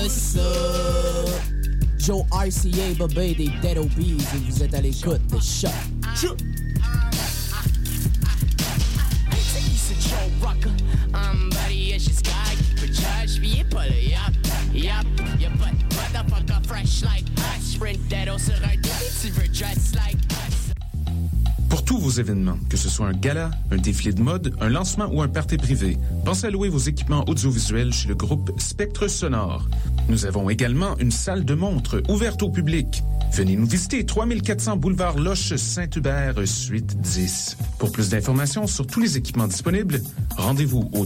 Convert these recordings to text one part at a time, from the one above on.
ça. Joe RCA, Bobé des Dead Obies et vous êtes à l'écoute de Choc. C'est qui ce Joe Rocker? Buddy, it's just guy. For judge, puis il est pas là, yup. Y'a pas de motherfucker fresh like us. Sprint dead, on sera un défi, tu veux dress like us. Pour tous vos événements, que ce soit un gala, un défilé de mode, un lancement ou un party privé, pensez à louer vos équipements audiovisuels chez le groupe Spectre Sonore. Nous avons également une salle de montre ouverte au public. Venez nous visiter, 3400 boulevard Loche Saint-Hubert, suite 10. Pour plus d'informations sur tous les équipements disponibles, rendez-vous au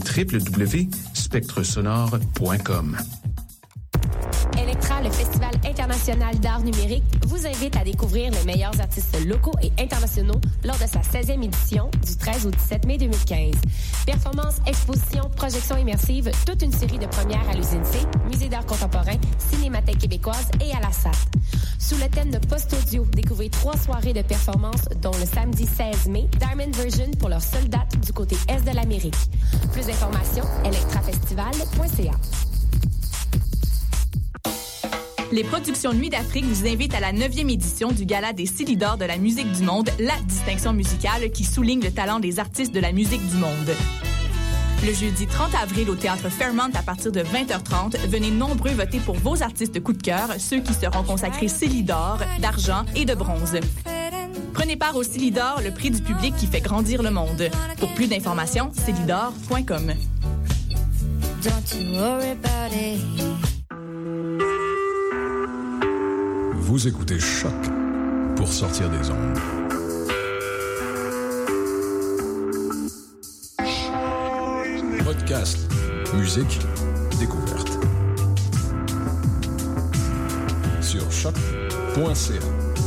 www.spectresonore.com. Elektra, le Festival international d'art numérique, vous invite à découvrir les meilleurs artistes locaux et internationaux lors de sa 16e édition du 13 au 17 mai 2015. Performances, expositions, projections immersives, toute une série de premières à l'Usine C, Musée d'art contemporain, Cinémathèque québécoise et à la SAT. Sous le thème de post-audio, découvrez 3 soirées de performances, dont le samedi 16 mai, Diamond Version pour leur seule date du côté est de l'Amérique. Plus d'informations, electrafestival.ca. Les productions Nuit d'Afrique vous invitent à la 9e édition du Gala des Silidor de la musique du monde, la distinction musicale qui souligne le talent des artistes de la musique du monde. Le jeudi 30 avril au Théâtre Fairmont à partir de 20h30, venez nombreux voter pour vos artistes coup de cœur, ceux qui seront consacrés Silidor, d'argent et de bronze. Prenez part au Silidor, le prix du public qui fait grandir le monde. Pour plus d'informations, silidor.com. Don't you worry about it. Vous écoutez Choc pour sortir des ondes. Podcast, musique, découverte. Sur choc.ca.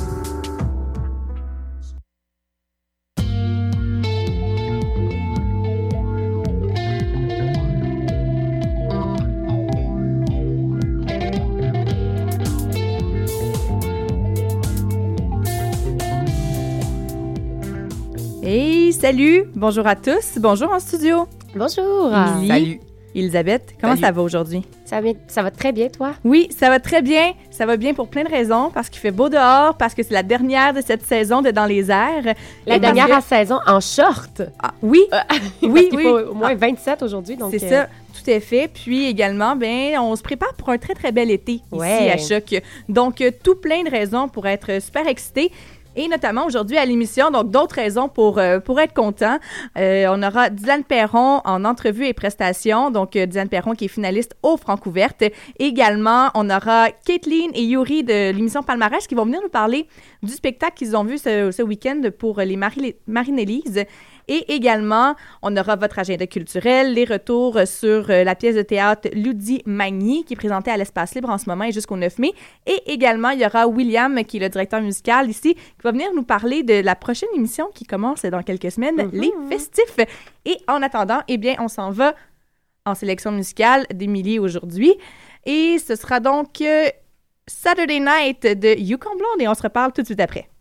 Hey, salut! Bonjour à tous. Bonjour en studio. Bonjour. Émilie, Salut. Elisabeth, comment ça va aujourd'hui? Ça va très bien, toi? Oui, ça va très bien. Ça va bien pour plein de raisons. Parce qu'il fait beau dehors, parce que c'est la dernière de cette saison de Dans les airs. La dernière saison en short. Ah, oui, oui, oui. Au moins 27 aujourd'hui. Donc c'est ça, tout à fait. Puis également, on se prépare pour un très, très bel été ici à Choc. Donc, tout plein de raisons pour être super excités. Et notamment aujourd'hui à l'émission, donc d'autres raisons pour être content. On aura Dylan Perron en entrevue et prestations, donc Dylan Perron qui est finaliste au Francouverte. Également, on aura Kathleen et Yuri de l'émission Palmarès qui vont venir nous parler du spectacle qu'ils ont vu ce week-end pour les Marinellis. Et également, on aura votre agenda culturel, les retours sur la pièce de théâtre Ludi Magny qui est présentée à l'Espace Libre en ce moment et jusqu'au 9 mai. Et également, il y aura William, qui est le directeur musical ici, qui va venir nous parler de la prochaine émission qui commence dans quelques semaines, Les Festifs. Et en attendant, on s'en va en sélection musicale d'Émilie aujourd'hui. Et ce sera donc Saturday Night de Yukon Blonde et on se reparle tout de suite après.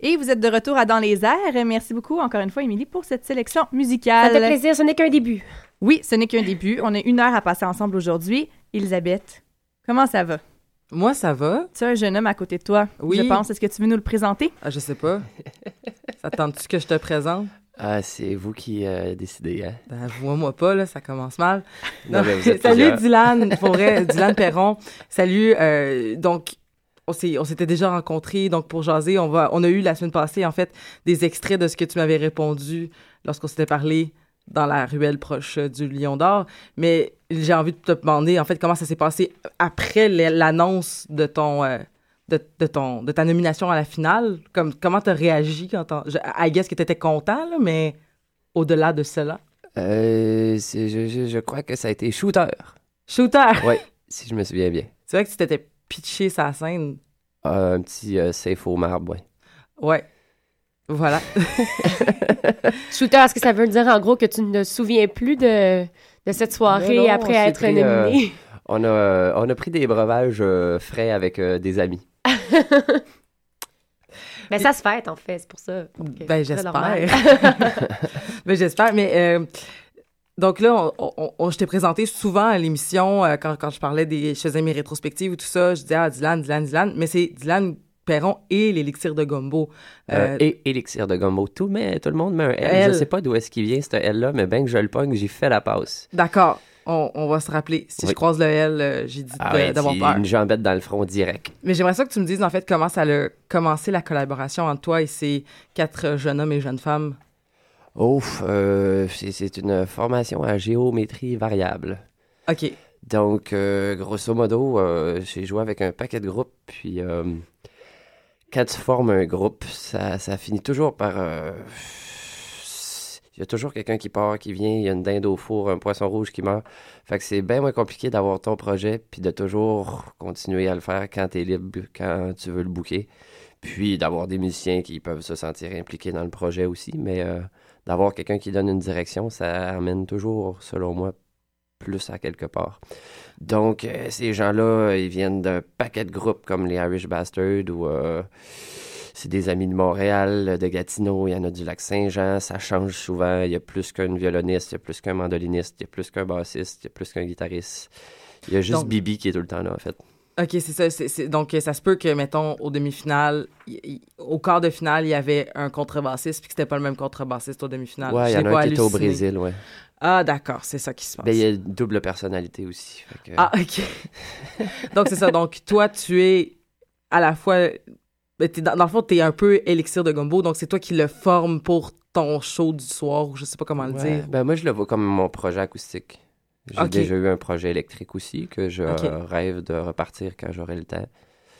Et vous êtes de retour à Dans les airs. Merci beaucoup, encore une fois, Émilie, pour cette sélection musicale. Ça fait plaisir, ce n'est qu'un début. Oui, ce n'est qu'un début. On a 1 heure à passer ensemble aujourd'hui. Elisabeth, comment ça va? Moi, ça va. Tu as un jeune homme à côté de toi, oui. Je pense. Est-ce que tu veux nous le présenter? Je sais pas. Ça tente-tu que je te présente? Ah, c'est vous qui décidez, hein? Ben, vois-moi pas, là, ça commence mal. Non, mais vous êtes salut, plusieurs. Dylan, pour vrai, Dylan Perron. Salut, donc... On s'était déjà rencontrés, donc pour jaser, on a eu la semaine passée, en fait, des extraits de ce que tu m'avais répondu lorsqu'on s'était parlé dans la ruelle proche du Lion d'Or. Mais j'ai envie de te demander, en fait, comment ça s'est passé après l'annonce de ta nomination à la finale. Comment t'as réagi quand I guess que t'étais content, là, mais au-delà de cela? Je crois que ça a été Shooter. Shooter? Oui, si je me souviens bien. C'est vrai que tu t'étais pitché sa scène. Un petit safe au marbre, oui. Ouais. Voilà. Shooter, est-ce que ça veut dire en gros que tu ne te souviens plus de cette soirée non, après être nominé? On a pris des breuvages frais avec des amis. Mais ça se fête, en fait, c'est pour ça. Ben, j'espère. Ben, j'espère, mais... Donc là, je t'ai présenté souvent à l'émission, quand je parlais je faisais mes rétrospectives ou tout ça, je disais Dylan, mais c'est Dylan Perron et l'élixir de gumbo. Et élixir de gumbo. Tout le monde met un L. Je sais pas d'où est-ce qu'il vient, ce L-là, mais bien que je le pogne, j'ai fait la passe. D'accord. On va se rappeler. Si je croise le L, j'ai dit d'avoir peur. Une jambette dans le front direct. Mais j'aimerais ça que tu me dises, en fait, comment ça a commencé la collaboration entre toi et ces 4 jeunes hommes et jeunes femmes. C'est une formation à géométrie variable. OK. Donc, grosso modo, j'ai joué avec un paquet de groupes, puis quand tu formes un groupe, ça finit toujours par... Il y a toujours quelqu'un qui part, qui vient, il y a une dinde au four, un poisson rouge qui meurt. Fait que c'est bien moins compliqué d'avoir ton projet, puis de toujours continuer à le faire quand tu es libre, quand tu veux le booker. Puis d'avoir des musiciens qui peuvent se sentir impliqués dans le projet aussi, mais d'avoir quelqu'un qui donne une direction, ça amène toujours, selon moi, plus à quelque part. Donc, ces gens-là, ils viennent d'un paquet de groupes comme les Irish Bastards ou c'est des amis de Montréal, de Gatineau, il y en a du Lac-Saint-Jean, ça change souvent. Il y a plus qu'un violoniste, il y a plus qu'un mandoliniste, il y a plus qu'un bassiste, il y a plus qu'un guitariste. Il y a juste Bibi qui est tout le temps là, en fait. OK, c'est ça. Donc, ça se peut que, mettons, au demi-finale, au quart de finale, il y avait un contrebassiste, puis que c'était pas le même contrebassiste au demi-finale. Ouais, il y en a un qui était au Brésil, ouais. Ah, d'accord, c'est ça qui se passe. Ben, il y a une double personnalité aussi. Fait que... Ah, OK. Donc, c'est ça. Donc, toi, tu es à la fois... Dans le fond, t'es un peu élixir de gumbo, donc c'est toi qui le formes pour ton show du soir, ou je sais pas comment le dire. Ben, moi, je le vois comme mon projet acoustique. J'ai déjà eu un projet électrique aussi, que je rêve de repartir quand j'aurai le temps.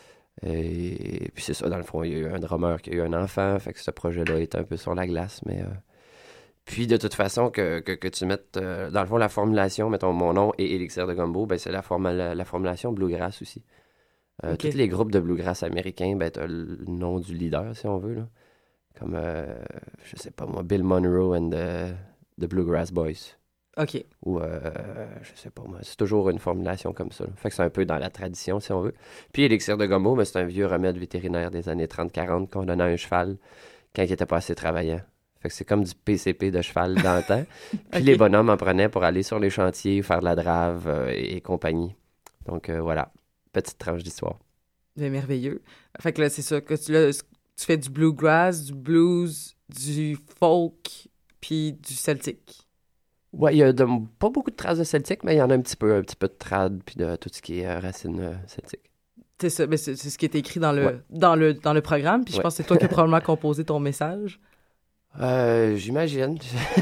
Et puis c'est ça, dans le fond, il y a eu un drummer qui a eu un enfant, fait que ce projet-là est un peu sur la glace, mais... Puis de toute façon, que tu mettes, dans le fond, la formulation, mettons mon nom et Élixir de Gumbo, ben c'est la formulation Bluegrass aussi. Tous les groupes de Bluegrass américains, ben t'as le nom du leader, si on veut, là. Comme, je sais pas moi, Bill Monroe and the Bluegrass Boys. OK. Ou, je sais pas moi, c'est toujours une formulation comme ça, là. Fait que c'est un peu dans la tradition, si on veut. Puis Élixir de Gumbo, ben, c'est un vieux remède vétérinaire des années 30-40 qu'on donnait à un cheval quand il était pas assez travaillant. Fait que c'est comme du PCP de cheval dans le temps. Puis les bonhommes en prenaient pour aller sur les chantiers, faire de la drave et compagnie. Donc voilà, petite tranche d'histoire. C'est merveilleux. Fait que là, c'est ça, que tu fais du bluegrass, du blues, du folk, puis du celtique. Ouais, il y a pas beaucoup de traces de celtique, mais il y en a un petit peu de trad, puis de tout ce qui est racines celtiques. C'est ça, mais c'est ce qui est écrit dans le programme, puis je pense que c'est toi qui as probablement composé ton message. J'imagine.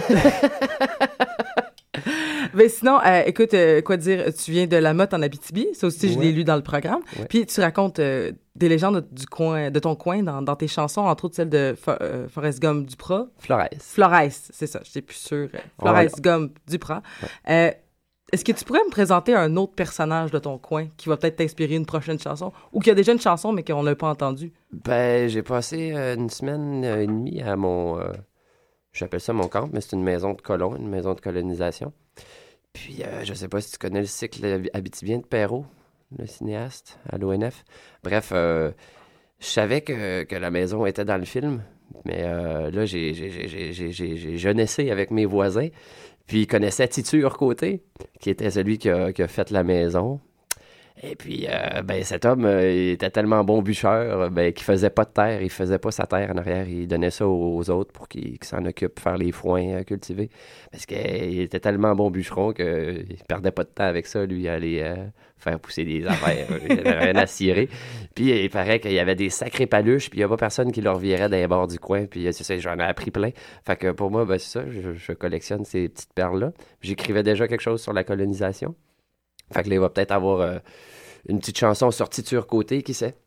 Mais sinon, écoute, quoi dire, tu viens de La Motte en Abitibi, ça aussi je l'ai lu dans le programme, puis tu racontes des légendes de ton coin dans tes chansons, entre autres celle de Forrest Gump Duprat. Flores, c'est ça, j'étais plus sûre. Forrest Gump Duprat. Ouais. Est-ce que tu pourrais me présenter un autre personnage de ton coin qui va peut-être t'inspirer une prochaine chanson, ou qui a déjà une chanson mais qu'on n'a pas entendue? Ben, j'ai passé une semaine et demie à mon... j'appelle ça mon camp, mais c'est une maison de colons, une maison de colonisation. Puis, je sais pas si tu connais le cycle abitibien de Perrault, le cinéaste, à l'ONF. Bref, Je savais que la maison était dans le film, mais là, j'ai jeunessé avec mes voisins. Puis ils connaissaient Titu Hurcoté, qui était celui qui a fait la maison. Et puis, cet homme, il était tellement bon bûcheur qu'il faisait pas de terre, il faisait pas sa terre en arrière, il donnait ça aux autres pour qu'ils s'en occupent, faire les foins cultivés. Parce qu'il était tellement bon bûcheron qu'il perdait pas de temps avec ça, lui, aller faire pousser des affaires. Il n'avait rien à cirer. Puis il paraît qu'il y avait des sacrés paluches, puis il n'y a pas personne qui leur virait dans les bords du coin. Puis c'est ça, j'en ai appris plein. Fait que pour moi, c'est ça, je collectionne ces petites perles-là. J'écrivais déjà quelque chose sur la colonisation. Fait que là, il va peut-être avoir une petite chanson sortie sur côté, qui sait?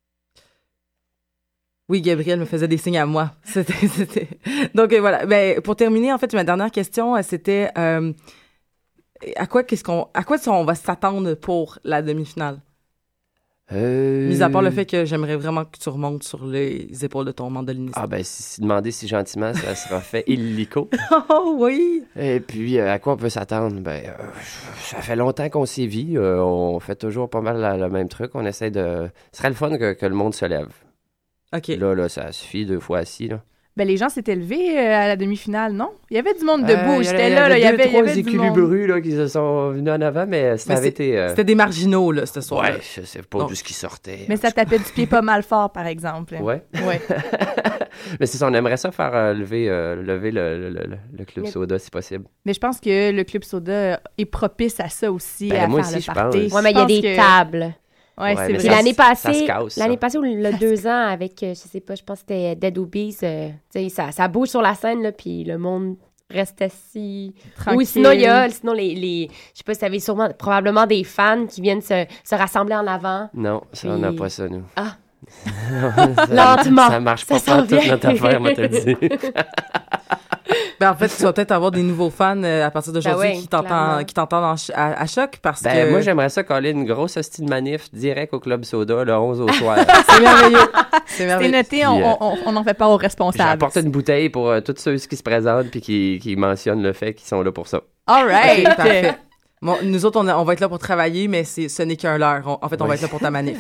Oui, Gabriel me faisait des signes à moi. C'était... Donc, voilà. Ben, pour terminer, en fait, ma dernière question, c'était à quoi on va s'attendre pour la demi-finale? Mis à part le fait que j'aimerais vraiment que tu remontes sur les épaules de ton mandoliniste. Ah ben, si demander si gentiment, ça sera fait illico. Oh oui! Et puis, à quoi on peut s'attendre? Ça fait longtemps qu'on s'y vit. On fait toujours pas mal le même truc. On essaie de... Ce serait le fun que le monde se lève. OK. Là, ça suffit 2 fois assis, là. Ben, les gens s'étaient levés à la demi-finale, non? Il y avait du monde debout. J'étais là, il y avait 3 du équilibrus là, qui se sont venus en avant, mais ça avait été... C'était des marginaux, là, ce soir. Ouais, je sais pas d'où ce qui sortait. Mais ça tapait du pied pas mal fort, par exemple. Ouais. Ouais. Mais c'est ça, on aimerait ça faire lever le Club Soda, si possible. Mais je pense que le Club Soda est propice à ça aussi, à moi faire aussi, le party. Ouais, mais il y a des tables. Ouais, c'est vrai. Puis l'année passée, casse, ou le 2 ans avec, je sais pas, je pense que c'était Dead Obies, ça bouge sur la scène, là, puis le monde reste assis. Tranquille. Ou sinon, je sais pas si vous avez probablement des fans qui viennent se rassembler en avant. Non, ça, on n'a pas ça, nous. Ah! Lentement! Ça marche pas toute notre affaire, moi, te le dis. Ben, en fait, tu vas peut-être avoir des nouveaux fans à partir d'aujourd'hui qui t'entendent à choc parce que... Moi, j'aimerais ça coller une grosse hostie de manif direct au Club Soda le 11 au soir. C'est merveilleux. C'est noté, puis, on n'en fait pas aux responsables. J'apporte une bouteille pour tous ceux qui se présentent puis qui mentionnent le fait qu'ils sont là pour ça. All right! Okay, parfait. Bon, nous autres, on va être là pour travailler, mais ce n'est qu'un leurre. En fait, on va être là pour ta manif.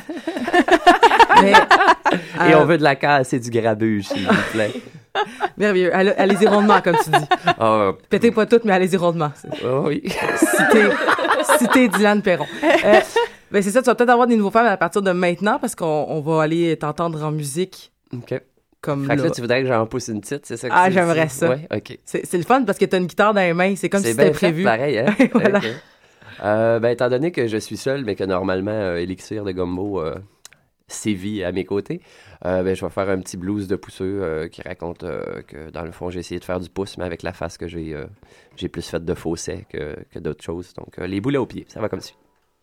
Et on veut de la casse et du grabuge, s'il vous plaît. Merveilleux. Allez-y rondement, comme tu dis. Pétez pas toutes, mais allez-y rondement. Oui. Citez Dylan Perron. Ben c'est ça, tu vas peut-être avoir des nouveaux fans à partir de maintenant parce qu'on va aller t'entendre en musique. OK. Comme fait que là, tu voudrais que j'en pousse une petite, c'est ça que j'aimerais ça. Ouais, OK. C'est le fun parce que t'as une guitare dans les mains. C'est comme si c'était prévu. C'est pareil, hein? Voilà. Okay. Étant donné que je suis seul, mais que normalement, Elixir de Gumbo sévit à mes côtés, je vais faire un petit blues de pousseux qui raconte que, dans le fond, j'ai essayé de faire du pouce, mais avec la face que j'ai plus fait de fausset que d'autres choses. Donc, les boulets aux pieds, ça va comme suit.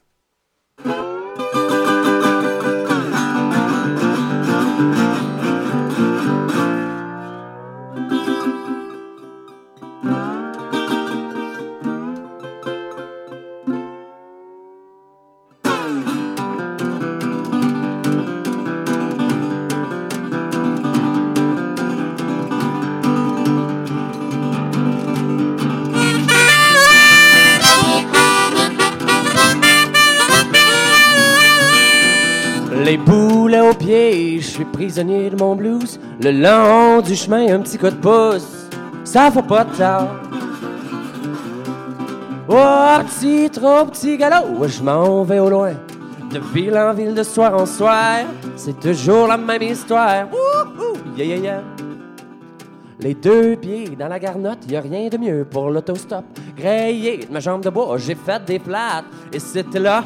Les boulets aux pieds, je suis prisonnier de mon blues. Le long du chemin, un petit coup de pouce, ça fait pas de temps. Oh, petit galop, je m'en vais au loin. De ville en ville, de soir en soir, c'est toujours la même histoire. Yeah, yeah, yeah. Les 2 pieds dans la garnotte, y a rien de mieux pour l'autostop. Grayé de ma jambe de bois, j'ai fait des plates, et c'était là.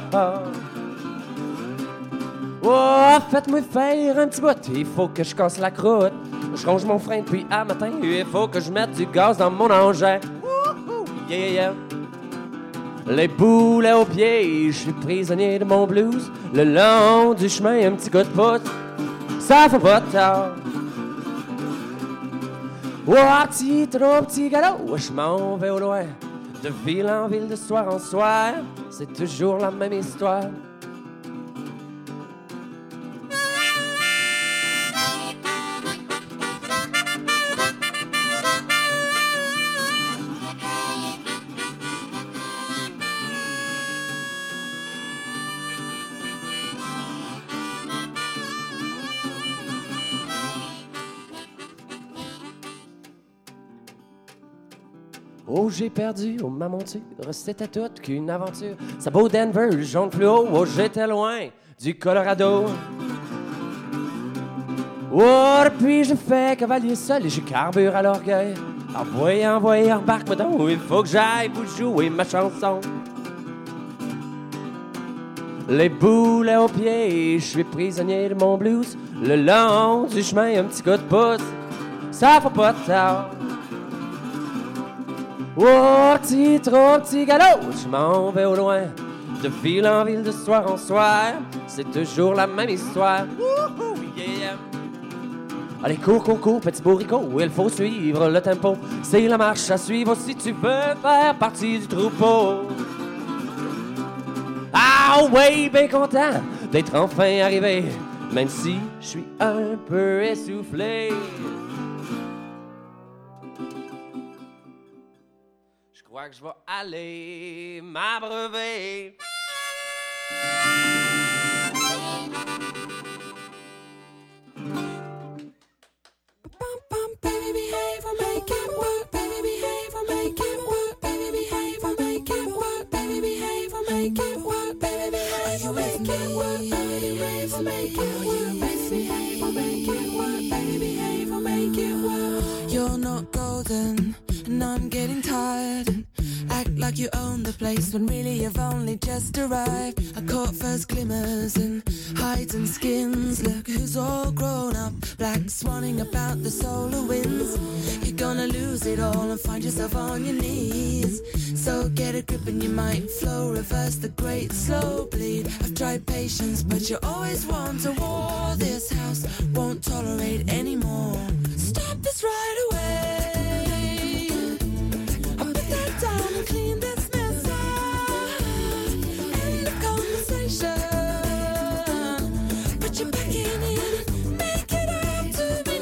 Oh, faites-moi faire un petit bout, il faut que je casse la croûte. Je ronge mon frein depuis à matin, il faut que je mette du gaz dans mon engin. Yeah, yeah, yeah. Les boulets aux pieds, je suis prisonnier de mon blues. Le long du chemin, un petit coup de pouce, ça fait pas de temps. Oh, petit galop, je m'en vais au loin. De ville en ville, de soir en soir, c'est toujours la même histoire. Oh, j'ai perdu, oh, ma monture, c'était toute qu'une aventure. Ça beau Denver, le jaune fluo, oh, j'étais loin du Colorado. Oh, depuis je fais cavalier seul et je carbure à l'orgueil. Envoyez, embarque-moi donc, il faut que j'aille pour jouer ma chanson. Les boulets aux pieds, je suis prisonnier de mon blues. Le long du chemin, un petit coup de pouce, ça fait pas de tard. Oh, petit galop, je m'en vais au loin. De ville en ville, de soir en soir, c'est toujours la même histoire. Wouhou, yeah. Allez, cours, petit bourricot, il faut suivre le tempo. C'est la marche à suivre si tu veux faire partie du troupeau. Ah ouais, bien content d'être enfin arrivé, même si je suis un peu essoufflé. Je crois que je vais aller m'abreuver. Baby, behave or make it work. Baby, behave or make it work. Baby, behave or make it work. Baby, behave or make it work. Baby, behave or make it work. Baby, behave or make it work. Baby, behave or make it work. Baby, behave or make it work. You're not golden, and I'm getting tired. Act like you own the place when really you've only just arrived. I caught first glimmers and hides and skins. Look who's all grown up, black swanning about the solar winds. You're gonna lose it all and find yourself on your knees. So get a grip and you might flow, reverse the great slow bleed. I've tried patience but you always want a war. This house won't tolerate anymore. Stop this right away. Down and clean this mess up. End of conversation. Put your back in it. Make it up to me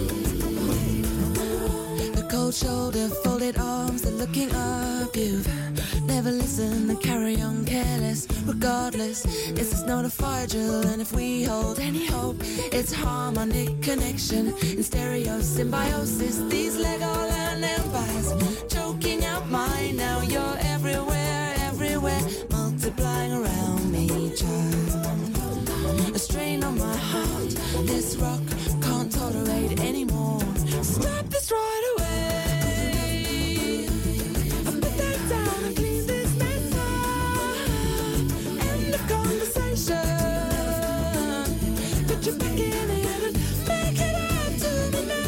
now. The cold shoulder, folded arms, they're looking up. You've never listened and carry on careless. Regardless, this is not a fire drill. And if we hold any hope, it's harmonic connection. In stereo symbiosis, these Legoland empires choking out mine. Now you're everywhere, multiplying around me, child. A strain on my heart, this rock can't tolerate anymore. Stop this right away. Put that down and clean this mess up. End of conversation. Put your back in it and make it up to me now.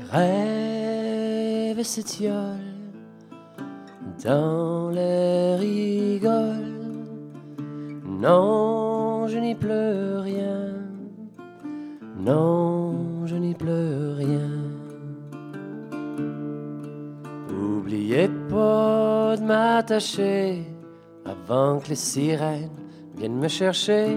rêves s'étiolent dans les rigoles. Non, je n'y pleure rien. Non, je n'y pleure rien. Oubliez pas de m'attacher avant que les sirènes viennent me chercher.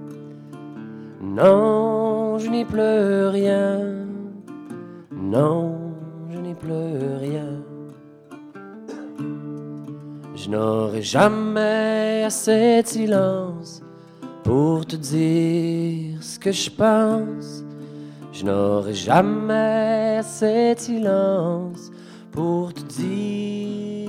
Non, je n'y pleure rien. Non, je n'y pleure rien. Je n'aurai jamais assez de silence pour te dire ce que je pense. Je n'aurai jamais assez de silence pour te dire.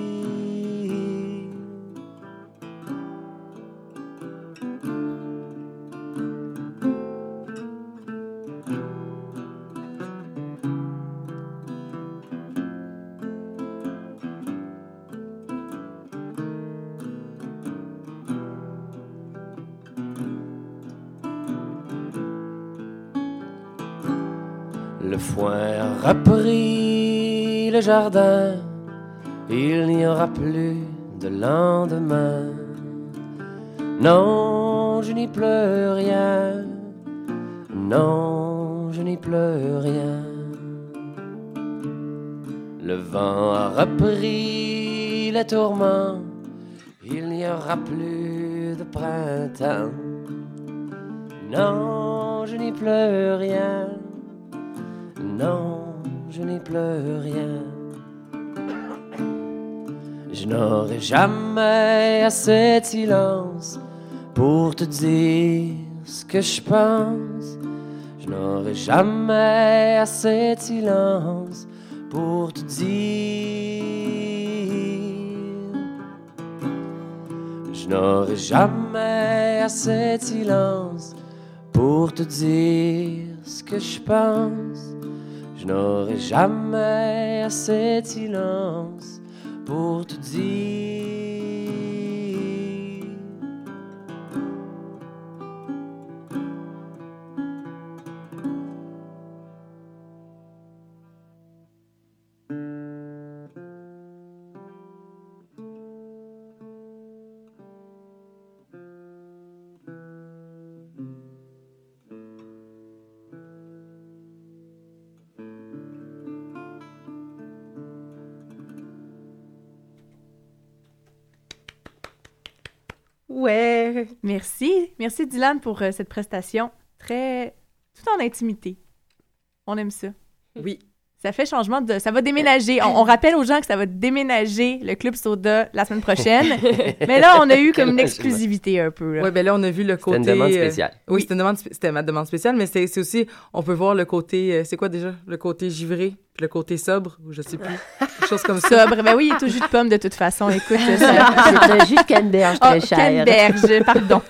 Le foin a repris le jardin, il n'y aura plus de lendemain. Non, je n'y pleure rien. Non, je n'y pleure rien. Le vent a repris les tourments, il n'y aura plus de printemps. Non, je n'y pleure rien. Non, je n'y pleure rien. Je n'aurai jamais assez de silence pour te dire ce que je pense. Je n'aurai jamais assez de silence pour te dire. Je n'aurai jamais assez de silence pour te dire ce que je pense. Je n'aurai jamais assez de silence pour te dire. Ouais. Merci. Merci, Dylan, pour cette prestation. Tout en intimité. On aime ça. Oui. Ça fait changement de... Ça va déménager. On rappelle aux gens que ça va déménager le Club Soda la semaine prochaine. Mais là, on a eu comme une exclusivité un peu. Oui, ben là, on a vu le côté... C'était une demande spéciale. Oui, c'était ma demande spéciale, mais c'est aussi... On peut voir le côté... c'est quoi déjà? Le côté givré, puis le côté sobre, ou je sais plus. Quelque chose comme ça. Sobre. Ben oui, il est au jus de pomme de toute façon. Écoute, c'est un jus de canneberge très cher. Canneberge, pardon.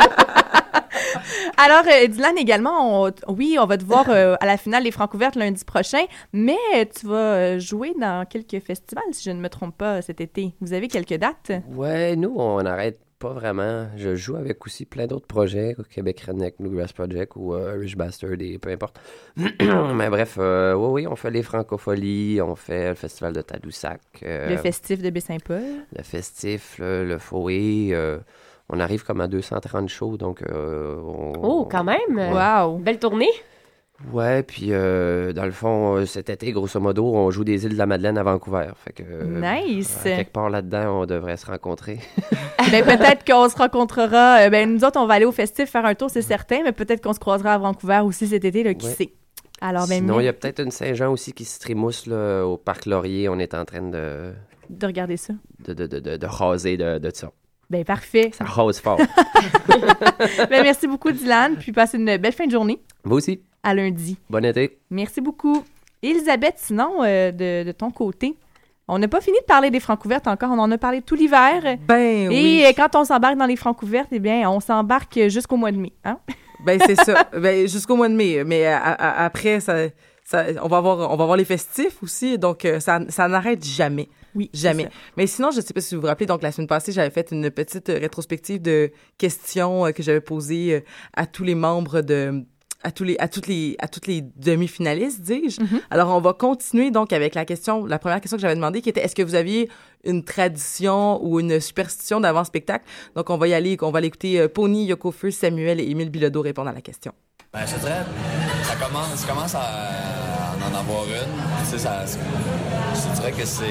Alors, Dylan, également, on va te voir à la finale des Francouvertes lundi prochain, mais tu vas jouer dans quelques festivals, si je ne me trompe pas, cet été. Vous avez quelques dates? Ouais, nous, on n'arrête pas vraiment. Je joue avec aussi plein d'autres projets, Québec Redneck, Bluegrass Project ou Irish Bastard, et peu importe. Mais bref, oui, on fait les Francopholies, on fait le festival de Tadoussac. Le festif de Baie-Saint-Paul. Le festif, le Fouet. On arrive comme à 230 shows, donc... Oh, quand même! Wow! Belle tournée! Ouais, puis dans le fond, cet été, grosso modo, on joue des îles de la Madeleine à Vancouver. Fait que... Nice! Quelque part là-dedans, on devrait se rencontrer. Ben, peut-être qu'on se rencontrera... nous autres, on va aller au festif faire un tour, c'est certain, mais peut-être qu'on se croisera à Vancouver aussi cet été, là, qui sait. Alors, sinon, il y a peut-être une Saint-Jean aussi qui se trimousse là, au Parc Laurier. On est en train de regarder ça. De raser de ça. Ben parfait. Ça rose fort. Ben merci beaucoup, Dylan. Puis passez une belle fin de journée. Vous aussi. À lundi. Bon été. Merci beaucoup. Elisabeth, sinon, de ton côté, on n'a pas fini de parler des Francouvertes encore. On en a parlé tout l'hiver. Ben oui. Et quand on s'embarque dans les Francouvertes, eh bien, on s'embarque jusqu'au mois de mai. Hein? Ben c'est ça. Ben, jusqu'au mois de mai. Mais après, on va avoir les festifs aussi. Donc, ça n'arrête jamais. Oui, jamais. Mais sinon, je ne sais pas si vous vous rappelez, donc la semaine passée, j'avais fait une petite rétrospective de questions que j'avais posées à tous les membres de toutes les demi-finalistes, dis-je. Alors, on va continuer donc avec la première question que j'avais demandée, qui était est-ce que vous aviez une tradition ou une superstition d'avant-spectacle? Donc, on va aller écouter Pony, Yoko Feu, Samuel et Émile Bilodeau répondre à la question. Ben, je te dirais, ça commence à en avoir une. Tu sais, je te dirais que c'est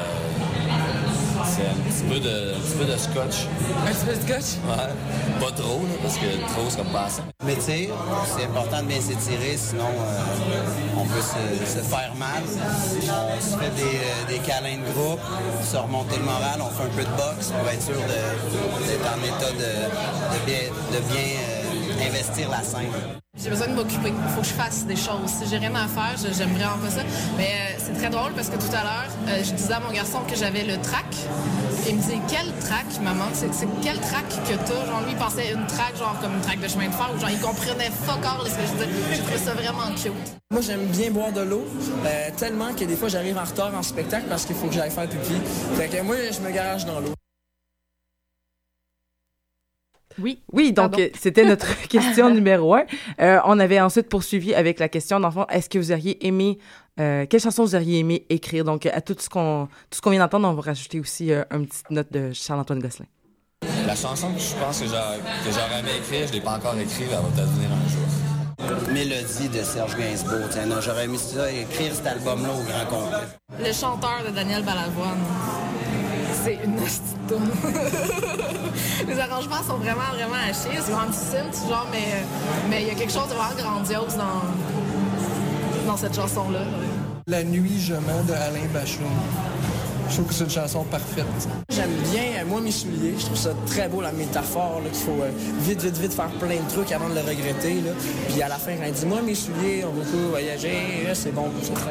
un petit peu de scotch. Un petit peu de scotch? Ouais. Pas trop, là, parce que trop, c'est comme pas assez. Mais tire, c'est important de bien s'étirer, sinon on peut se faire mal. On se fait des câlins de groupe, se remonter le moral, on fait un peu de boxe pour être sûr d'être en état de bien investir la scène. J'ai besoin de m'occuper. Il faut que je fasse des choses. Si j'ai rien à faire, j'aime vraiment pas ça. Mais c'est très drôle parce que tout à l'heure, je disais à mon garçon que j'avais le track. Et il me disait, quel track, maman? C'est quel track que t'as? Genre, lui, il pensait une track, genre comme une track de chemin de fer, ou genre, il comprenait fuck all ce que je disais. J'ai trouvé ça vraiment cute. Moi, j'aime bien boire de l'eau, tellement que des fois, j'arrive en retard en spectacle parce qu'il faut que j'aille faire pipi. Fait que moi, je me garage dans l'eau. Oui, donc c'était notre question numéro 1. On avait ensuite poursuivi avec la question d'enfant, est-ce que vous auriez aimé, quelle chanson vous auriez aimé écrire? Donc, à tout ce qu'on vient d'entendre, on va rajouter aussi une petite note de Charles-Antoine Gosselin. La chanson que je pense que j'aurais aimé écrire, je l'ai pas encore écrite, elle va peut-être venir un jour. Mélodie de Serge Gainsbourg. Tiens, non, j'aurais aimé ça, écrire cet album-là au grand complet. Le chanteur de Daniel Balavoine. C'est une nasty de toune. Les arrangements sont vraiment, vraiment à chier. C'est vraiment simple, genre, mais il y a quelque chose de vraiment grandiose dans cette chanson-là. La nuit, je mens de Alain Bachung. Je trouve que c'est une chanson parfaite. J'aime bien, moi, mes souliers. Je trouve ça très beau, la métaphore, là, qu'il faut vite faire plein de trucs avant de le regretter. Là. Puis à la fin, quand il dit, moi, mes souliers ont beaucoup voyagé, là, c'est bon.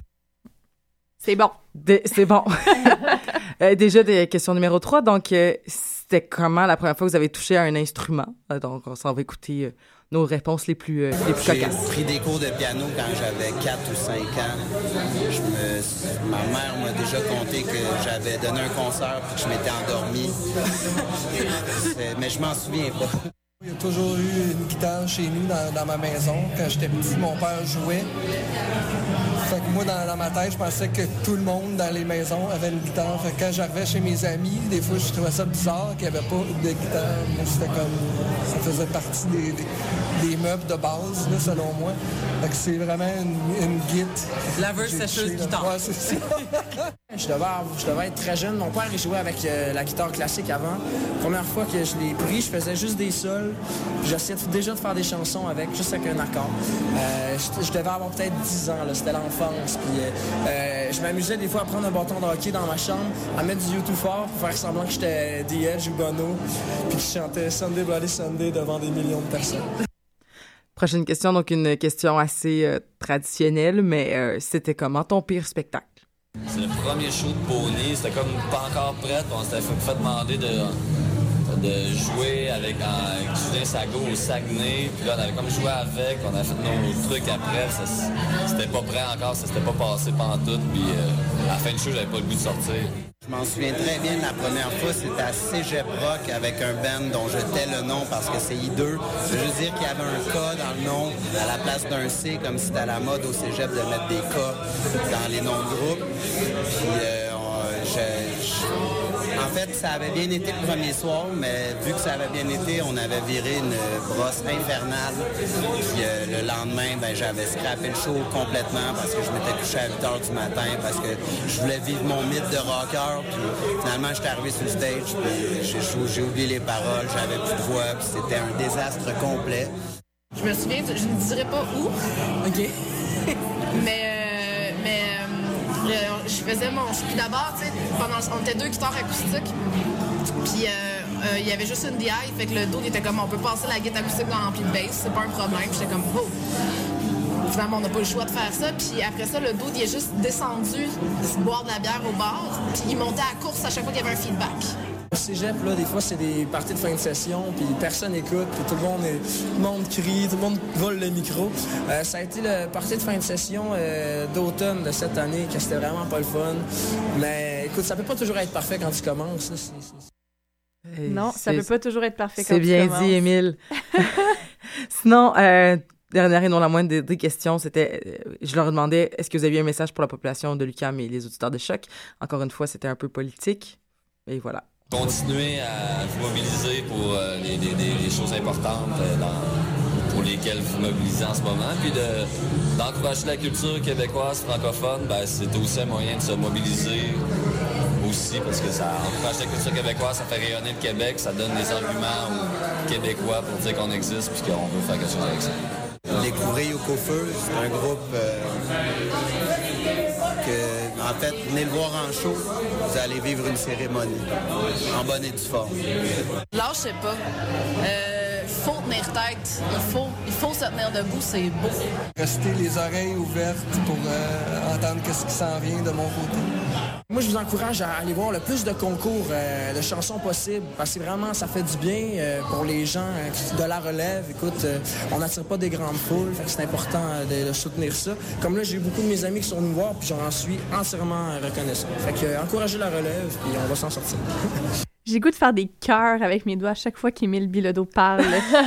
C'est bon. C'est bon. Déjà, question numéro 3. Donc, c'était comment la première fois que vous avez touché à un instrument? Donc, on s'en va écouter nos réponses les plus cocasses. J'ai pris des cours de piano quand j'avais 4 ou 5 ans. Ma mère m'a déjà conté que j'avais donné un concert et que je m'étais endormi. Mais je m'en souviens pas. Il y a toujours eu une guitare chez nous dans ma maison. Quand j'étais petit, mon père jouait. Fait que moi, dans ma tête, je pensais que tout le monde dans les maisons avait une guitare. Fait que quand j'arrivais chez mes amis, des fois, je trouvais ça bizarre qu'il n'y avait pas de guitare. Moi, c'était comme... Ça faisait partie des meubles de base, là, selon moi. Fait que c'est vraiment une guitare. Laveuse, sécheuse, guitare. Ouais, c'est ça. Je devais être très jeune. Mon père, il jouait avec la guitare classique avant. Première fois que je l'ai pris, je faisais juste des sols. J'essayais déjà de faire des chansons avec, juste avec un accord. Je devais avoir peut-être 10 ans, là. C'était l'enfance. Puis je m'amusais des fois à prendre un bâton de hockey dans ma chambre, à mettre du YouTube fort pour faire semblant que j'étais The Edge ou Bono, puis que je chantais Sunday Bloody Sunday devant des millions de personnes. Prochaine question, donc une question assez traditionnelle, mais c'était comment ton pire spectacle? C'est le premier show de Pony, c'était comme pas encore prêt, on s'était fait demander de jouer avec Julien Sago au Saguenay, puis là on avait comme joué avec, on a fait nos trucs après, c'était pas prêt encore, ça s'était pas passé pantoute, puis à la fin du show j'avais pas le goût de sortir. Je m'en souviens très bien de la première fois, c'était à Cégep Rock avec un band dont je tais le nom parce que c'est hideux. Je veux juste dire qu'il y avait un K dans le nom à la place d'un C, comme si c'était à la mode au Cégep de mettre des K dans les noms de groupe. Puis en fait, ça avait bien été le premier soir, mais vu que ça avait bien été, on avait viré une brosse infernale. Puis le lendemain, j'avais scrappé le show complètement parce que je m'étais couché à 8 h du matin parce que je voulais vivre mon mythe de rocker. Puis finalement, j'étais arrivé sur le stage, puis j'ai oublié les paroles, j'avais plus de voix, puis c'était un désastre complet. Je me souviens, je ne dirais pas où. OK. Je faisais mon... Puis d'abord, tu sais, on était 2 guitares acoustiques, puis il y avait juste une DI, fait que le dos, il était comme, on peut passer la guitare acoustique dans l'ampli de bass, c'est pas un problème. J'étais comme, oh! Finalement, on n'a pas le choix de faire ça, puis après ça, le dos, il est juste descendu, boire de la bière au bar, puis il montait à la course à chaque fois qu'il y avait un feedback. Au cégep, là, des fois, c'est des parties de fin de session, puis personne n'écoute, puis tout le monde crie, tout le monde vole le micro. Ça a été le party de fin de session d'automne de cette année, que c'était vraiment pas le fun. Mais écoute, ça peut pas toujours être parfait quand tu commences. Non, ça peut pas toujours être parfait quand tu commences. C'est bien dit, Émile. Sinon, dernière et non la moindre des questions, c'était, je leur demandais, est-ce que vous aviez un message pour la population de l'UQAM et les auditeurs de Choc? Encore une fois, c'était un peu politique, et voilà. Continuez à vous mobiliser pour les choses importantes pour lesquelles vous mobilisez en ce moment, puis d'encourager la culture québécoise, francophone, ben, c'est aussi un moyen de se mobiliser aussi, parce que ça encourage la culture québécoise, ça fait rayonner le Québec, ça donne des arguments aux Québécois pour dire qu'on existe puis qu'on veut faire quelque chose avec ça. Découvrez Yoko Feu, c'est un groupe que, en fait, venez le voir en show, vous allez vivre une cérémonie, en bonne et due forme. Lâchez pas. Faut tenir tête. Il faut se tenir debout, c'est beau. Restez les oreilles ouvertes pour entendre ce qui s'en vient de mon côté. Moi, je vous encourage à aller voir le plus de concours de chansons possibles, parce que vraiment, ça fait du bien pour les gens de la relève. Écoute, on n'attire pas des grandes foules, fait que c'est important de soutenir ça. Comme là, j'ai eu beaucoup de mes amis qui sont venus voir, puis j'en suis entièrement reconnaissant. Fait que encouragez la relève, puis on va s'en sortir. J'ai goût de faire des cœurs avec mes doigts à chaque fois qu'Émile Bilodeau parle.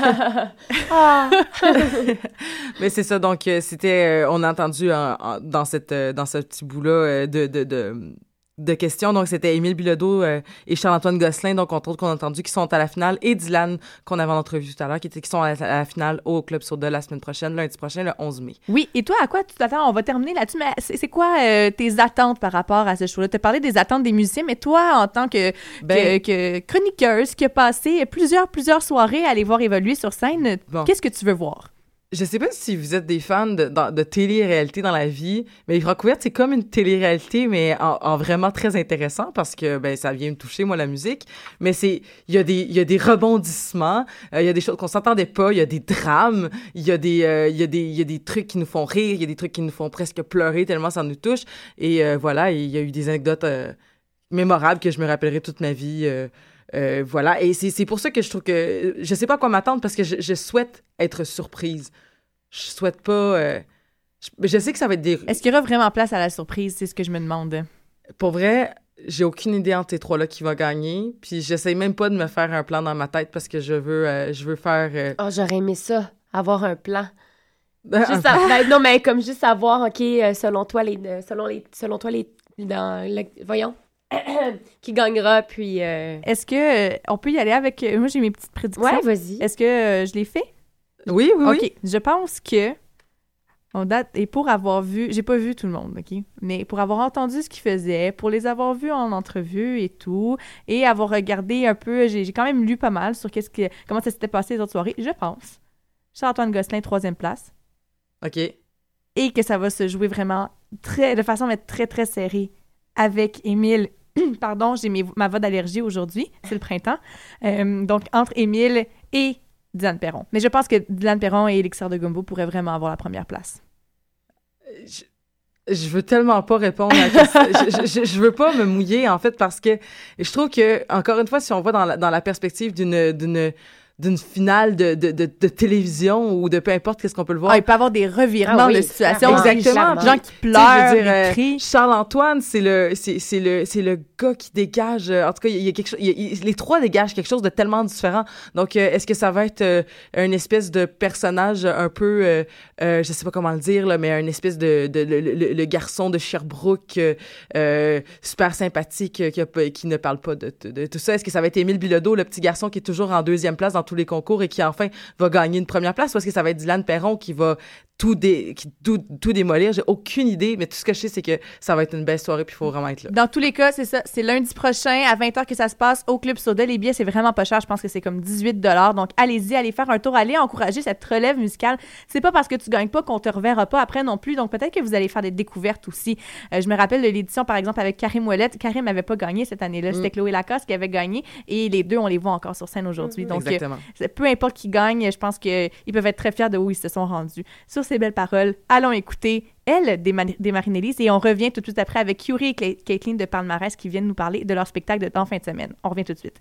Mais c'est ça, donc c'était, on a entendu dans ce petit bout-là de questions. Donc, c'était Émile Bilodeau et Charles-Antoine Gosselin, donc entre autres qu'on a entendu, qui sont à la finale, et Dylan, qu'on avait en entrevue tout à l'heure, qui sont à la finale au Club Soda la semaine prochaine, lundi prochain, le 11 mai. Oui, et toi, à quoi tu t'attends? On va terminer là-dessus, mais c'est quoi tes attentes par rapport à ce show-là? Tu as parlé des attentes des musiciens, mais toi, en tant que chroniqueuse qui a passé plusieurs soirées à les voir évoluer sur scène, qu'est-ce que tu veux voir? Je sais pas si vous êtes des fans de télé-réalité dans la vie, mais Francouverte, c'est comme une télé-réalité, mais en vraiment très intéressant, parce que ça vient me toucher, moi, la musique. Mais il y a des rebondissements, il y a des choses qu'on s'entendait pas, il y a des drames, il y a des trucs qui nous font rire, il y a des trucs qui nous font presque pleurer tellement ça nous touche. Et voilà, il y a eu des anecdotes mémorables que je me rappellerai toute ma vie. Voilà, et c'est pour ça que je trouve que je sais pas à quoi m'attendre, parce que je souhaite être surprise. Je souhaite pas... je sais que ça va être des... Est-ce qu'il y aura vraiment place à la surprise? C'est ce que je me demande. Pour vrai, j'ai aucune idée entre ces trois-là qui va gagner, puis j'essaie même pas de me faire un plan dans ma tête, parce que je veux faire... Oh, j'aurais aimé ça, avoir un plan. Non, mais comme juste savoir, OK, selon toi, voyons... qui gagnera, puis... Est-ce que on peut y aller avec... Moi, j'ai mes petites prédictions. Ouais, vas-y. Est-ce que je l'ai fait? Oui. OK. Je pense que, on date, et pour avoir vu... J'ai pas vu tout le monde, OK? Mais pour avoir entendu ce qu'ils faisaient, pour les avoir vus en entrevue et tout, et avoir regardé un peu... J'ai quand même lu pas mal sur comment ça s'était passé les autres soirées. Je pense. Charles-Antoine Gosselin, 3e place. OK. Et que ça va se jouer vraiment de façon à être très, très serrée avec Émile. Pardon, j'ai ma voix d'allergie aujourd'hui. C'est le printemps. Donc, entre Émile et Dylan Perron. Mais je pense que Dylan Perron et Elixir de Gumbo pourraient vraiment avoir la première place. Je veux tellement pas répondre à ça. Je veux pas me mouiller, en fait, parce que je trouve que, encore une fois, si on va dans la perspective d'une finale de télévision ou de peu importe qu'est-ce qu'on peut le voir. Il peut y avoir des revirements de situation. Exactement. Gens qui pleurent, qui crient. Charles-Antoine, c'est le gars qui dégage. En tout cas, il y a quelque chose. Les trois dégagent quelque chose de tellement différent. Donc, est-ce que ça va être une espèce de personnage un peu, je sais pas comment le dire, là, mais une espèce de le garçon de Sherbrooke super sympathique qui ne parle pas de tout ça. Est-ce que ça va être Émile Bilodeau, le petit garçon qui est toujours en 2e place dans tous les concours et qui enfin va gagner une première place, ou est-ce que ça va être Dylan Perron qui va tout démolir? J'ai aucune idée, mais tout ce que je sais, c'est que ça va être une belle soirée, puis il faut vraiment être là. Dans tous les cas, c'est ça. C'est lundi prochain, à 20h que ça se passe au Club Soda. Les billets, c'est vraiment pas cher. Je pense que c'est comme 18$. Donc, allez-y, allez faire un tour, allez encourager cette relève musicale. C'est pas parce que tu gagnes pas qu'on te reverra pas après non plus. Donc, peut-être que vous allez faire des découvertes aussi. Je me rappelle de l'édition, par exemple, avec Karim Ouellette. Karim n'avait pas gagné cette année-là. C'était Chloé Lacoste qui avait gagné. Et les deux, on les voit encore sur scène aujourd'hui. Donc, peu importe qui gagne, je pense qu'ils peuvent être très fiers de où ils se sont rendus. Sur ces belles paroles, allons écouter Elle des Marinellis et on revient tout de suite après avec Yuri et Caitlin de Palmarès qui viennent nous parler de leur spectacle en fin de semaine. On revient tout de suite.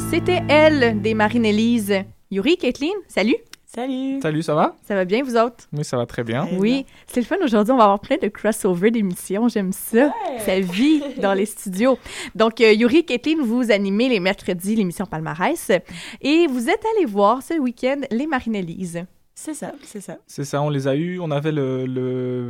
C'était elle, des Marinellis. Yuri, Kathleen, salut! Salut! Salut, ça va? Ça va bien, vous autres? Oui, ça va très bien. Oui, c'est le fun. Aujourd'hui, on va avoir plein de crossover d'émissions. J'aime ça. Ouais. Ça vit dans les studios. Donc, Yuri et Kathleen, vous animez les mercredis l'émission Palmarès. Et vous êtes allés voir ce week-end les Marinellis. C'est ça. C'est ça, on les a eus. On avait le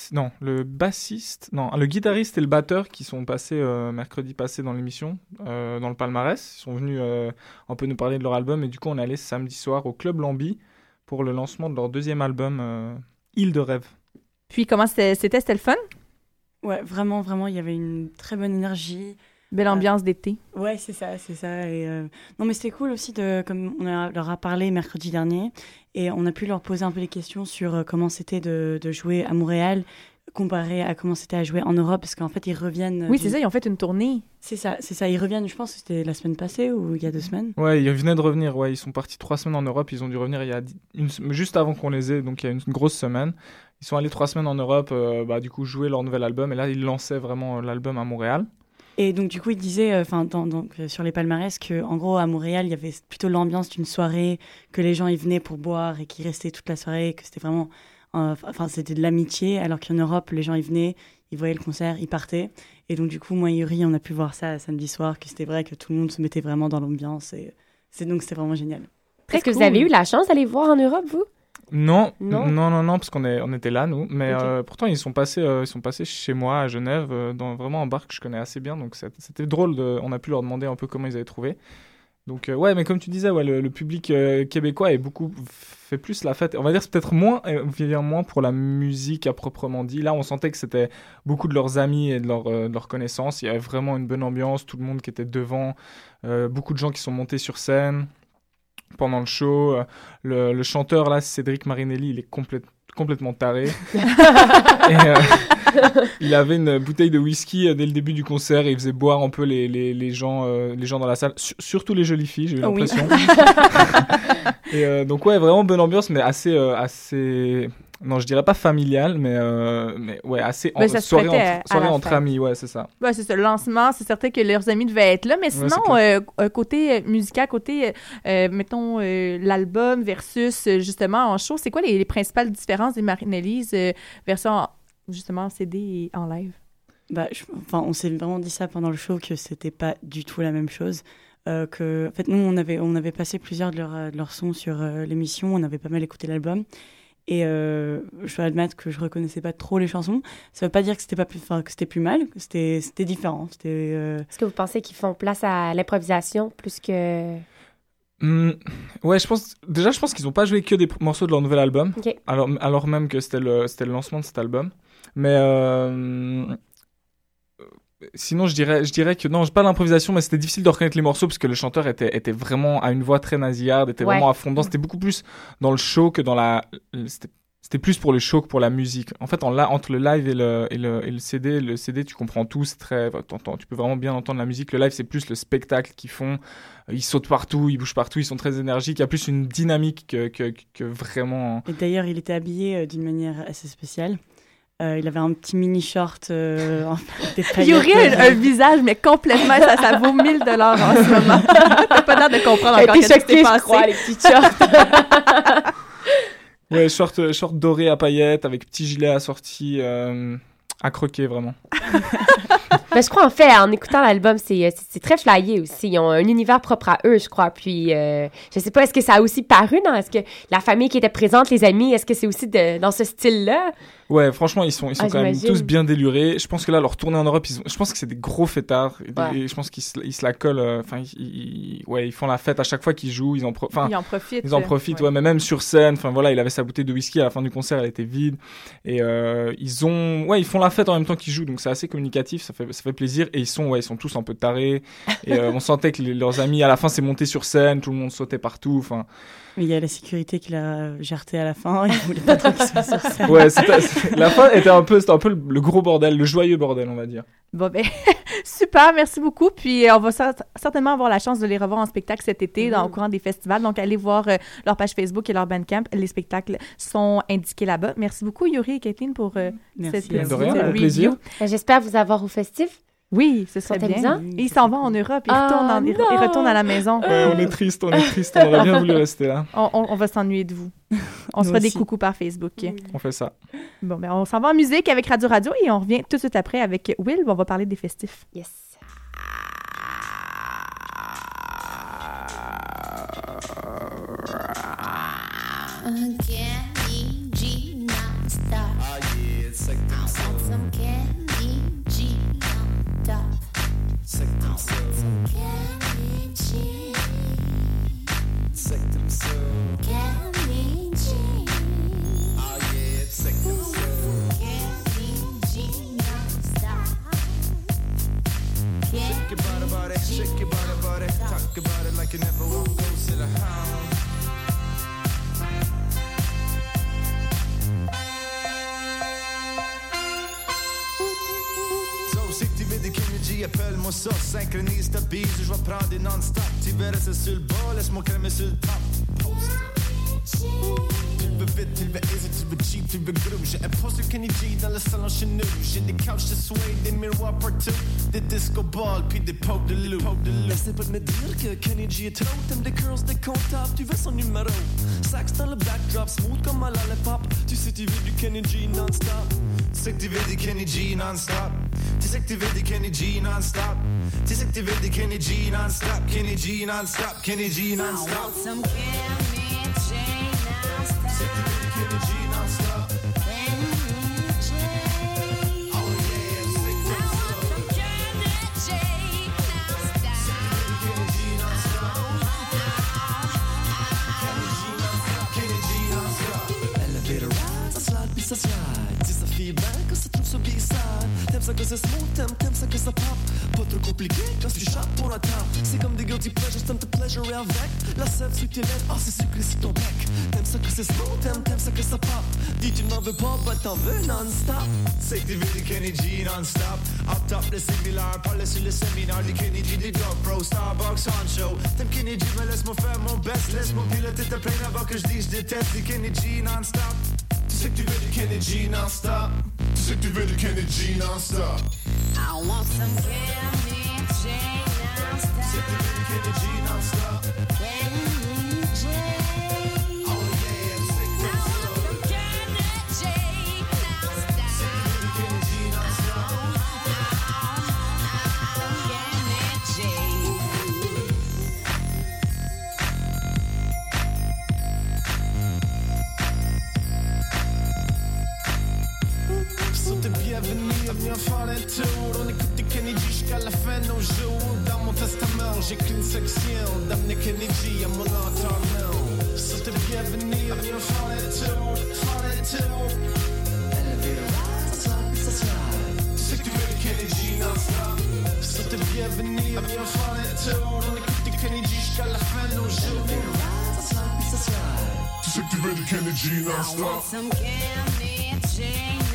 guitariste et le batteur qui sont passés mercredi passé dans l'émission, dans le Palmarès. Ils sont venus un peu nous parler de leur album et du coup, on est allé samedi soir au Club Lambi pour le lancement de leur deuxième album, Île de rêve. Puis, comment c'était le fun? Ouais, vraiment, il y avait une très bonne énergie. Belle ambiance d'été. Ouais, c'est ça. Et non, mais c'était cool aussi, comme leur a parlé mercredi dernier, et on a pu leur poser un peu des questions sur comment c'était de jouer à Montréal, comparé à comment c'était à jouer en Europe, parce qu'en fait, ils reviennent... Oui, c'est ça, ils ont fait une tournée. C'est ça, ils reviennent, je pense que c'était la semaine passée ou il y a 2 semaines. Ouais, ils venaient de revenir, ils sont partis 3 semaines en Europe, ils ont dû revenir juste avant qu'on les ait, donc il y a une grosse semaine. Ils sont allés 3 semaines en Europe, du coup, jouer leur nouvel album, et là, ils lançaient vraiment l'album à Montréal. Et donc, du coup, il disait, sur les palmarès, qu'en gros, à Montréal, il y avait plutôt l'ambiance d'une soirée, que les gens y venaient pour boire et qu'ils restaient toute la soirée, que c'était vraiment... c'était de l'amitié, alors qu'en Europe, les gens y venaient, ils voyaient le concert, ils partaient. Et donc, du coup, moi et Yuri, on a pu voir ça samedi soir, que c'était vrai que tout le monde se mettait vraiment dans l'ambiance. Et donc, c'était vraiment génial. Est-ce que vous avez eu la chance d'aller voir en Europe, vous? Non, parce qu'on était là, nous. Mais pourtant, ils sont passés chez moi à Genève, vraiment un bar que je connais assez bien. Donc, c'était drôle. On a pu leur demander un peu comment ils avaient trouvé. Donc, mais comme tu disais, le public québécois fait plus la fête. On va dire c'est peut-être vient moins pour la musique à proprement dit. Là, on sentait que c'était beaucoup de leurs amis et de leurs connaissances. Il y avait vraiment une bonne ambiance, tout le monde qui était devant, beaucoup de gens qui sont montés sur scène pendant le show. Le chanteur, là, Cédric Marinelli, il est complètement taré. Et, il avait une bouteille de whisky dès le début du concert et il faisait boire un peu les gens dans la salle, surtout les jolies filles, j'ai eu l'impression. Et donc vraiment bonne ambiance, mais assez non, je dirais pas familial, mais assez soirée entre amis, ouais, c'est ça. Ouais, c'est ça, le lancement, c'est certain que leurs amis devaient être là, mais sinon, côté musical, mettons, l'album versus, justement, en show, c'est quoi les principales différences des Marinellis version, justement, CD et en live? On s'est vraiment dit ça pendant le show, que c'était pas du tout la même chose. En fait, nous, on avait passé plusieurs de leurs sons sur l'émission, on avait pas mal écouté l'album. Et je dois admettre que je reconnaissais pas trop les chansons. Ça veut pas dire que c'était plus mal, que c'était différent. Est-ce que vous pensez qu'ils font place à l'improvisation plus que... Ouais, je pense qu'ils ont pas joué que des morceaux de leur nouvel album. Okay. Alors même que c'était le lancement de cet album. Mais sinon, je dirais que non, pas l'improvisation, mais c'était difficile de reconnaître les morceaux parce que le chanteur était vraiment à une voix très nasillarde, était vraiment à fond dedans. C'était beaucoup plus dans le show que dans c'était plus pour le show que pour la musique. En fait, entre le live et le CD, tu comprends tout, tu peux vraiment bien entendre la musique. Le live, c'est plus le spectacle qu'ils font. Ils sautent partout, ils bougent partout, ils sont très énergiques. Il y a plus une dynamique que vraiment... Et d'ailleurs, il était habillé d'une manière assez spéciale. Il avait un petit mini short Yuri a un visage, mais complètement, ça vaut 1000 $ en ce moment. T'as pas l'air de comprendre encore qu'est-ce qui s'est passé. Les petits shorts. Ouais, short doré à paillettes, avec petit gilet assorti, à croquer, vraiment. Ben, je crois, en fait, en écoutant l'album, c'est très flyé aussi. Ils ont un univers propre à eux, je crois. Puis, je sais pas, est-ce que ça a aussi paru, non? Est-ce que la famille qui était présente, les amis, est-ce que c'est aussi dans ce style-là? Ouais, franchement, ils sont quand même tous bien délurés. Je pense que là, leur tournée en Europe, je pense que c'est des gros fêtards. Et je pense qu'ils se la collent. Ils font la fête à chaque fois qu'ils jouent. Ils en profitent. Ils en profitent, ouais. Mais même sur scène, il avait sa bouteille de whisky à la fin du concert, elle était vide. Et ils font la fête en même temps qu'ils jouent. Donc c'est assez communicatif, ça fait plaisir. Et ils sont tous un peu tarés. Et on sentait que leurs amis, à la fin, c'est monté sur scène, tout le monde sautait partout. Mais il y a la sécurité qui l'a jarté à la fin. Il voulait pas trop qu'il soit sur scène. Ouais, la fin c'était un peu le gros bordel, le joyeux bordel, on va dire. Bon, super, merci beaucoup. Puis on va certainement avoir la chance de les revoir en spectacle cet été au courant des festivals. Donc, allez voir leur page Facebook et leur Bandcamp. Les spectacles sont indiqués là-bas. Merci beaucoup, Yuri et Kathleen, pour cette de rien, avec plaisir. J'espère vous avoir au festif. Oui, ce serait bien. Et il s'en va en Europe, il retourne à la maison. Ouais, on est triste, on aurait bien voulu rester là. On va s'ennuyer de vous. On se fera des coucous par Facebook. On fait ça. Bon, ben on s'en va en musique avec Radio et on revient tout de suite après avec Will, où on va parler des festifs. Yes. Kenny G non-stop. Oh yeah, it's like I want some Kenny G non-stop. I want some Kenny G. Kenny G. Oh yeah, it's like Kenny G non-stop. Shake your body, shake your body. Talk about it like you never want to go to the house. Appelle-moi ça, synchronise ta bise, je vais prendre des non-stop. Tu verras ça sur le bas, laisse-moi cramer sur le top. Tu veux vite, tu veux easy, tu veux cheap, tu veux groove. J'ai un poster Kenny G dans le salon chez nous. J'ai des couches de suede, des miroirs partout, des disco balls, puis des poke de loup. Essaie pas de me dire que Kenny G est trop. T'aimes des curls, des comptables, tu veux son numéro. Sax dans le backdrop, smooth comme un lollipop. Tu sais tu veux du Kenny G non-stop. Tu sais que tu veux du Kenny G non-stop. Tu sais que tu veux du Kenny G non-stop. Tu sais que tu veux du Kenny G non-stop. Kenny G non-stop. Kenny G non-stop. I want some Kenny G non-stop. Tu sais que tu veux du Kenny G non-stop. Kenny G. Oh yeah, tu sais que tu veux some Kenny G non-stop. Tu sais que tu veux du Kenny G non-stop. Kenny G non-stop. Kenny G non-stop. Elevator rise, ça slide puis ça slide. Si ça fait bien que ça trouve sur B-side. T'aimes ça que c'est smooth, t'aimes ça que ça pop. Pas trop compliqué quand tu chopes pour la table. C'est comme des guilty pleasures, t'aimes te pleasure avec. La sève sur tes lèvres, c'est sucré sur ton bec. T'aimes ça que c'est smooth, t'aimes ça que ça pop. Dis tu n'en veux pas, bah t'en veux non-stop. C'est que tu veux du Kenny G non-stop. Up top le similaire, parle sur le séminaire. Du Kenny G, des dog bro, Starbucks on show. T'aimes Kenny G, mais laisse-moi faire mon best. Laisse-moi piloter ta plane avant que je dise je déteste du Kenny G non-stop. Tu sais que tu veux du Kenny G non-stop. Tu sais que tu veux du Kenny G non-stop. I want some Kenny G non-stop. Tu sais que tu veux du Kenny G non-stop. Kenny G. Oh yeah, tu sais que tu veux some Kenny G non-stop. Tu sais que tu veux du Kenny G non-stop. Kenny G. Bienvenue faire l'intour. On écoute des Kenny G jusqu'à la fin de nos jours. Dans mon testament, j'ai qu'une section d'amener Kenny G à mon enterrement. C'était bienvenue faire l'intour. Elevator rise, ça slide. Tu sais que tu veux du Kenny G non-stop. C'était bienvenue faire l'intour. On écoute des Kenny G jusqu'à la fin de nos jours. Elevator rise, ça slide. Tu sais que tu veux du Kenny G non-stop. I want some Kenny G non-stop.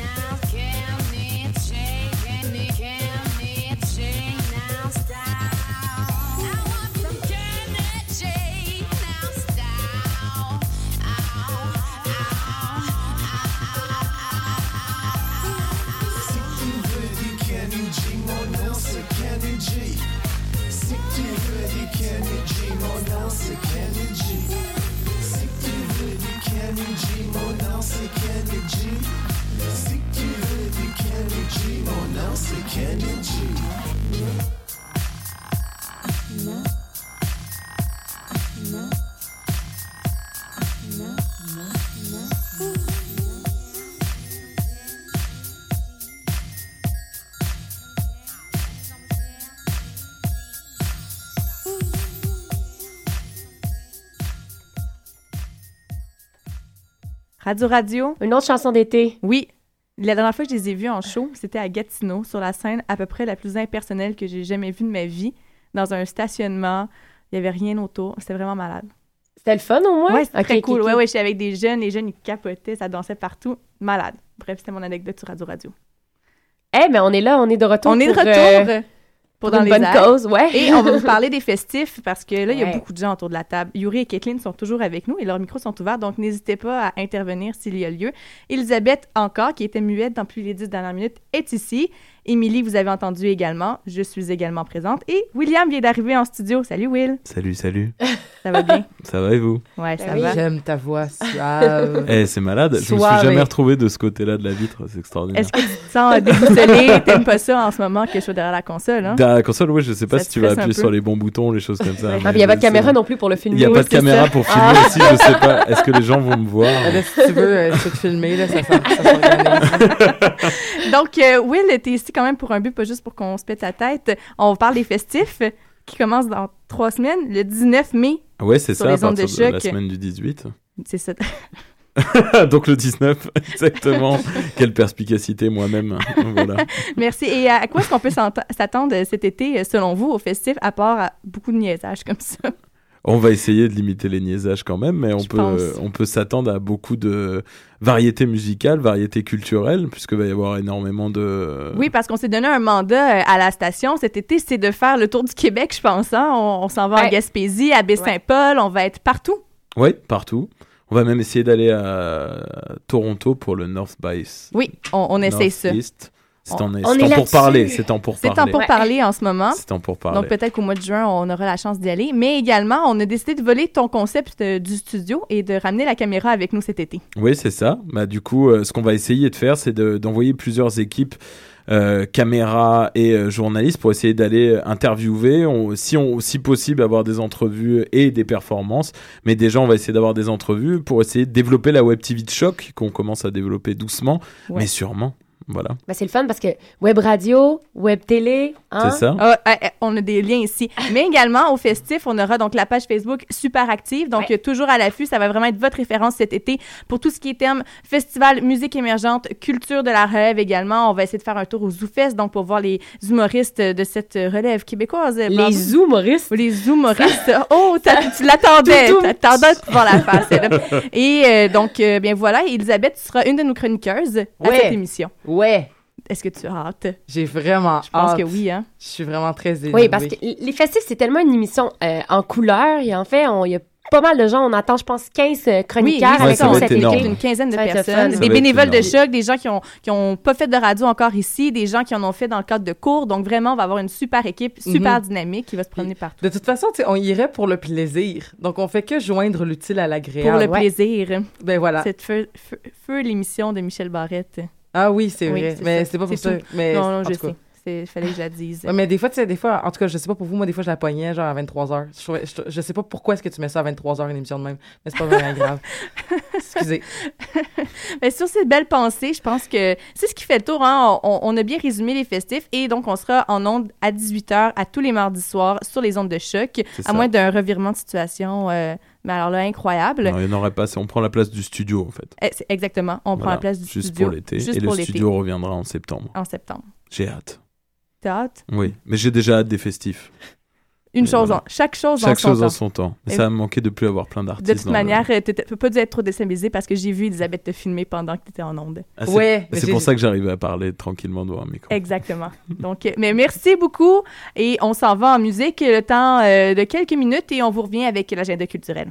Radio. Une autre chanson d'été. Oui. La dernière fois que je les ai vus en show, c'était à Gatineau, sur la scène à peu près la plus impersonnelle que j'ai jamais vue de ma vie. Dans un stationnement, il n'y avait rien autour. C'était vraiment malade. C'était le fun au moins? Oui, c'était très cool. Oui, j'étais avec des jeunes. Les jeunes, ils capotaient, ça dansait partout. Malade. Bref, c'était mon anecdote sur Radio. Eh bien, on est là, on est de retour. On est de retour. Pour une bonne cause, ouais. Et on va vous parler des festifs parce que là, il y a beaucoup de gens autour de la table. Yuri et Kathleen sont toujours avec nous et leurs micros sont ouverts, donc n'hésitez pas à intervenir s'il y a lieu. Elisabeth, encore, qui était muette depuis les 10 dernières minutes, est ici. Émilie, vous avez entendu également. Je suis également présente. Et William vient d'arriver en studio. Salut, Will. Salut. Ça va bien? Ça va et vous? Ouais, ça va. J'aime ta voix suave. C'est malade. Je me suis jamais retrouvé de ce côté-là de la vitre. C'est extraordinaire. Est-ce que tu te sens déboussolé? T'aimes pas ça en ce moment que je sois derrière la console, hein? Derrière la console, oui, je sais pas Ça si te tu vas stresse un appuyer peu? sur les bons boutons, les choses comme ça. Il n'y a pas de caméra non plus pour le filmer. Il n'y a pas de caméra pour filmer aussi, je sais pas. Est-ce que les gens vont me voir? Si tu veux te filmer, là, ça s'organise. Donc, Will, t'es ici quand même pour un but, pas juste pour qu'on se pète la tête. On parle des festifs qui commencent dans 3 semaines, le 19 mai. Ouais, c'est sur ça, à les ondes partir de de la choc. semaine du 18. C'est ça. Donc le 19, exactement. Quelle perspicacité moi-même. Voilà. Merci. Et à quoi est-ce qu'on peut s'attendre cet été, selon vous, au festif, à part à beaucoup de niaisages comme ça? On va essayer de limiter les niaisages quand même, mais on peut s'attendre à beaucoup de variétés musicales, variétés culturelles, puisque va y avoir énormément de... Oui, parce qu'on s'est donné un mandat à la station cet été, c'est de faire le tour du Québec, je pense. Hein? On s'en va en Gaspésie, à Baie-Saint-Paul, on va être partout. Oui, partout. On va même essayer d'aller à Toronto pour le North by. Oui, on essaye ça. C'est en pour parler. C'est en pour parler. C'est en pour parler en ce moment. C'est en pour parler. Donc peut-être qu'au mois de juin, on aura la chance d'y aller. Mais également, on a décidé de voler ton concept du studio et de ramener la caméra avec nous cet été. Oui, c'est ça. Bah, du coup, ce qu'on va essayer de faire, c'est d'envoyer plusieurs équipes caméra et journalistes pour essayer d'aller interviewer, si possible avoir des entrevues et des performances, mais déjà on va essayer d'avoir des entrevues pour essayer de développer la Web TV de Choc qu'on commence à développer doucement, mais sûrement. Voilà. Ben, c'est le fun parce que web radio, web télé, hein? C'est ça. On a des liens ici. Mais également, au festif, on aura donc la page Facebook super active. Donc, toujours à l'affût, ça va vraiment être votre référence cet été pour tout ce qui est terme festival, musique émergente, culture de la relève également. On va essayer de faire un tour au ZooFest, donc pour voir les humoristes de cette relève québécoise. Les humoristes? Les humoristes. Oh, tu l'attendais. T'attendais de pouvoir la faire, celle-là. Et donc, bien voilà, Elisabeth, tu seras une de nos chroniqueuses à cette émission. Ouais. Est-ce que tu as hâte? J'ai vraiment hâte. Je pense que oui, hein? Je suis vraiment très énervée. Oui, parce que les festifs, c'est tellement une émission en couleur. Et en fait, il y a pas mal de gens. On attend, je pense, 15 chroniqueurs avec nous cet été. Une quinzaine de personnes. Des bénévoles de Choc, des gens qui ont pas fait de radio encore ici, des gens qui en ont fait dans le cadre de cours. Donc, vraiment, on va avoir une super équipe, super dynamique qui va se promener partout. De toute façon, on irait pour le plaisir. Donc, on fait que joindre l'utile à l'agréable. Pour le plaisir. Ben voilà. Cette feu l'émission de Michel Barrette. Ah oui, c'est vrai. Mais c'est pas pour ça. Mais non, je sais. Il fallait que je la dise. Ouais, mais des fois, en tout cas, je sais pas pour vous, moi, des fois, je la pognais, genre à 23h. Je sais pas pourquoi est-ce que tu mets ça à 23h, une émission de même, mais c'est pas vraiment grave. Excusez. Mais sur cette belle pensée, je pense que c'est ce qui fait le tour. Hein? On a bien résumé les festifs et donc on sera en ondes à 18h à tous les mardis soirs sur les ondes de Choc, à moins d'un revirement de situation. Mais alors là, incroyable. Non, il n'y en aurait pas. On prend la place du studio, en fait. Exactement. On prend la place du Juste studio. Pour l'été. Et le studio reviendra en septembre. En septembre. J'ai hâte. T'as hâte? Oui, mais j'ai déjà hâte des festifs. Chaque chose en son temps. Mais ça va me manquer de plus avoir plein d'artistes. De toute manière, tu ne peux pas être trop déstabilisé parce que j'ai vu Elisabeth te filmer pendant que tu étais en onde. C'est pour ça que j'arrivais à parler tranquillement devant un micro. Exactement. Donc, mais merci beaucoup et on s'en va en musique le temps de quelques minutes et on vous revient avec l'agenda culturel.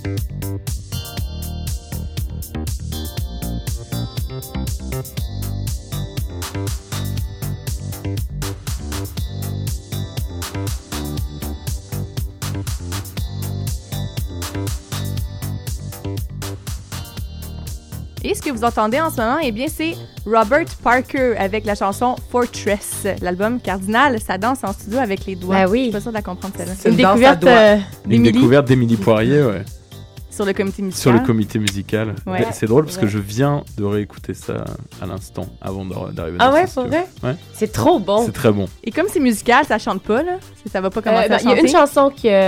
Et ce que vous entendez en ce moment, eh bien, c'est Robert Parker avec la chanson Fortress. L'album Cardinal, ça danse en studio avec les doigts. Ben oui. Je suis pas sûre de la comprendre, celle-là. Une découverte Une découverte d'Émilie Poirier, ouais. Sur le comité musical. Sur le comité musical. Ouais. C'est drôle parce que Ouais. je viens de réécouter ça à l'instant, avant d'arriver Ah dans ouais, le studio. pour vrai? Ouais. C'est trop bon. C'est très bon. Et comme c'est musical, ça chante pas, là. Ça va pas commencer à Il y chanter. a une chanson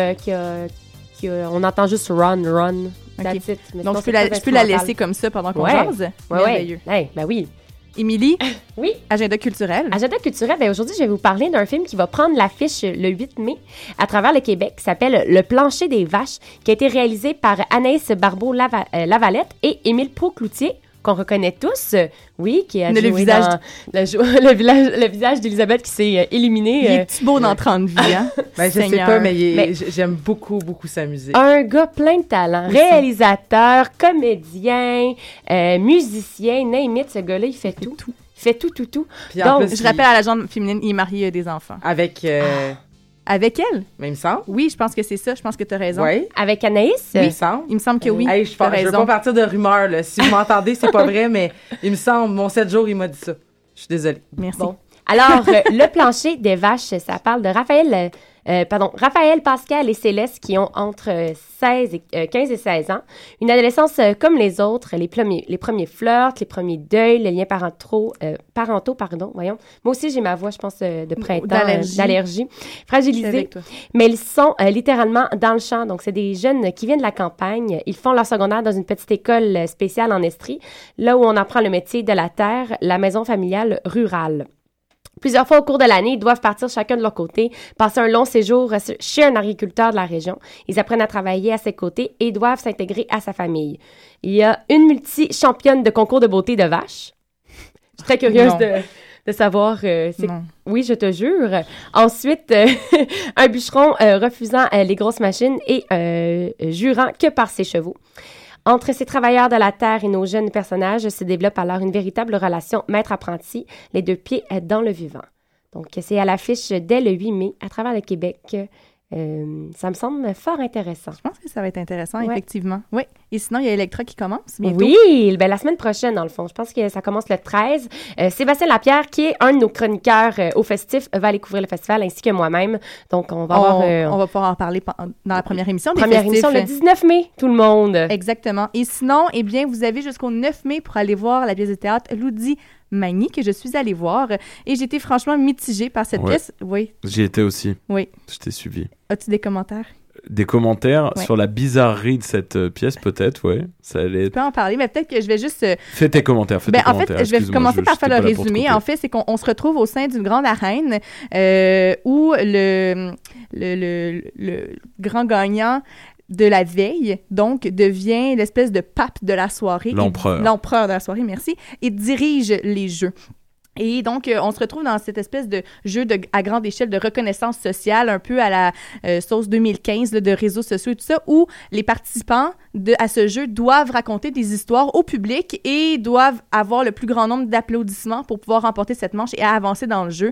on entend juste Run, Run. That's it. Mais Donc, sinon, je c'est peux la instrumental. laisser comme ça pendant qu'on Ouais. jase. Ouais, Merveilleux. ouais. Ben oui. Émilie, oui. Agenda culturel. Agenda culturel, ben aujourd'hui, je vais vous parler d'un film qui va prendre l'affiche le 8 mai à travers le Québec, qui s'appelle Le plancher des vaches, qui a été réalisé par Anaïs Barbeau-Lavalette et Émile Pau-Cloutier, qu'on reconnaît tous, oui, qui a joué le visage dans le visage d'Elisabeth qui s'est éliminé. Il est petit beau dans 30 vies, hein? Ben, je sais Seigneur. pas, mais j'aime beaucoup sa musique. Un gars plein de talent, Aussi. réalisateur, comédien, musicien, name it, ce gars-là, il fait tout. Il fait tout. Puis en Donc, plus, Je rappelle à la gente féminine, il est marié, il a des enfants. Avec... Avec elle? Mais il me semble. Oui, je pense que c'est ça. Je pense que tu as raison. Oui. Avec Anaïs? Il me semble. Il me semble que oui. Hey, je T'as veux raison. pas partir de rumeurs, là. Si vous m'entendez, c'est pas vrai, mais il me semble, mon 7 jours, il m'a dit ça. Je suis désolée. Merci. Bon. Alors, le plancher des vaches, ça parle de Raphaël, Pascal et Céleste qui ont entre 15 et 16 ans. Une adolescence comme les autres, les premiers flirts, les premiers deuils, les liens parentaux, voyons. Moi aussi, j'ai ma voix, je pense, de printemps, d'allergie. Fragilisée. Avec toi. Mais ils sont littéralement dans le champ. Donc, c'est des jeunes qui viennent de la campagne. Ils font leur secondaire dans une petite école spéciale en Estrie, là où on apprend le métier de la terre, la maison familiale rurale. Plusieurs fois au cours de l'année, ils doivent partir chacun de leur côté, passer un long séjour chez un agriculteur de la région. Ils apprennent à travailler à ses côtés et doivent s'intégrer à sa famille. Il y a une multi-championne de concours de beauté de vaches. Je suis très curieuse de savoir. Oui, je te jure. Ensuite, un bûcheron refusant les grosses machines et jurant que par ses chevaux. Entre ces travailleurs de la terre et nos jeunes personnages se développe alors une véritable relation maître-apprenti, les deux pieds dans le vivant. Donc, c'est à l'affiche dès le 8 mai à travers le Québec. Ça me semble fort intéressant. Je pense que ça va être intéressant, Ouais. effectivement. Oui. Et sinon, il y a Electra qui commence bientôt. Oui, ben la semaine prochaine, dans le fond. Je pense que ça commence le 13. Sébastien Lapierre, qui est un de nos chroniqueurs au festif, va aller couvrir le festival, ainsi que moi-même. Donc, on va On va pouvoir en parler dans la première émission des première festifs. émission le 19 mai, tout le monde. Exactement. Et sinon, eh bien, vous avez jusqu'au 9 mai pour aller voir la pièce de théâtre Ludi Magny, que je suis allée voir. Et j'étais franchement mitigée par cette pièce. Oui. J'y étais aussi. Oui. Je t'ai suivi. As-tu des commentaires? Des commentaires Ouais. sur la bizarrerie de cette pièce, peut-être, ouais. Ça allait... Je peux en parler, mais peut-être que je vais juste... Fais tes commentaires, En fait, je vais commencer par faire le résumé. En fait, fait, c'est qu'on se retrouve au sein d'une grande arène où le grand gagnant de la veille, donc, devient l'espèce de pape de la soirée. L'empereur. L'empereur de la soirée, merci. Et dirige les jeux. Et donc, on se retrouve dans cette espèce de jeu à grande échelle de reconnaissance sociale, un peu à la sauce 2015 là, de réseaux sociaux et tout ça, où les participants à ce jeu doivent raconter des histoires au public et doivent avoir le plus grand nombre d'applaudissements pour pouvoir remporter cette manche et avancer dans le jeu.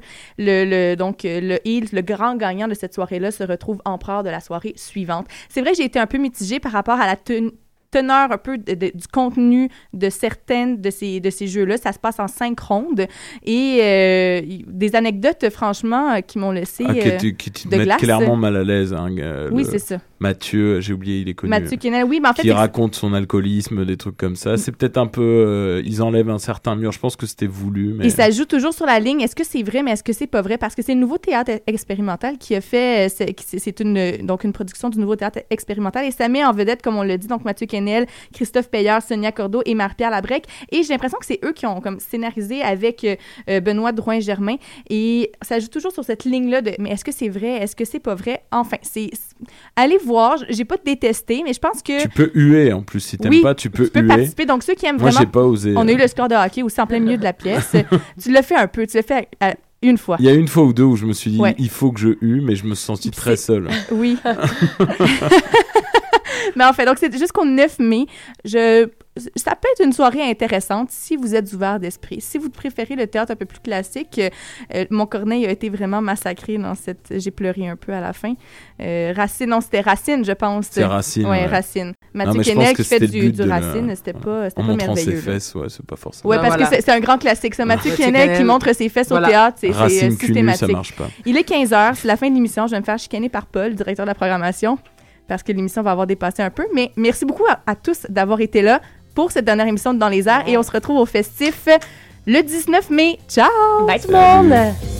Le grand gagnant de cette soirée-là se retrouve empereur de la soirée suivante. C'est vrai que j'ai été un peu mitigée par rapport à la teneur un peu du contenu de certaines de ces jeux-là. Ça se passe en 5 rondes et des anecdotes, franchement, qui m'ont laissé qui te de mettent glace. clairement mal à l'aise. Hein, Oui, c'est ça. Mathieu, j'ai oublié, il est connu. Mathieu Kennel, oui, mais en fait... Qui raconte son alcoolisme, des trucs comme ça. C'est peut-être un peu... ils enlèvent un certain mur. Je pense que c'était voulu, mais... Et ça joue toujours sur la ligne. Est-ce que c'est vrai, mais est-ce que c'est pas vrai? Parce que c'est le Nouveau Théâtre expérimental qui a fait... C'est une production du Nouveau Théâtre expérimental et ça met en vedette, comme on l'a dit, donc Mathieu Kennel, Christophe Payeur, Sonia Cordeau et Marie-Pierre Labrec. Et j'ai l'impression que c'est eux qui ont comme scénarisé avec Benoît Drouin-Germain. Et ça joue toujours sur cette ligne-là de... Mais est-ce que c'est vrai? Est-ce que c'est pas vrai? Enfin, allez voir. J'ai pas détesté, mais je pense que... Tu peux huer, en plus. Si t'aimes pas, tu peux huer. Participer. Donc, ceux qui aiment Moi, vraiment... j'ai pas osé. On a eu le score de hockey aussi en plein milieu de la pièce. Tu l'as fait un peu. Tu l'as fait une fois. Il y a une fois ou deux où je me suis dit, Ouais. il faut que je hue, mais je me suis senti très seul. Oui. Mais en fait, donc c'est jusqu'au 9 mai. Ça peut être une soirée intéressante si vous êtes ouvert d'esprit. Si vous préférez le théâtre un peu plus classique, Montcorneille a été vraiment massacré dans cette... J'ai pleuré un peu à la fin. C'était Racine, je pense. C'est Racine. Ouais, Racine. Mathieu Kennel qui fait du Racine, c'était pas merveilleux. Ses fesses, ouais, c'est pas forcément... Ouais, parce que c'est un grand classique. Ça, Mathieu Kennel qui montre ses fesses au théâtre, c'est systématique. Ça marche pas. Il est 15h, c'est la fin de l'émission. Je vais me faire chicaner par Paul, directeur de la programmation, parce que l'émission va avoir dépassé un peu. Mais merci beaucoup à tous d'avoir été là pour cette dernière émission de Dans les airs. Et on se retrouve au festif le 19 mai. Ciao! Bye tout le monde!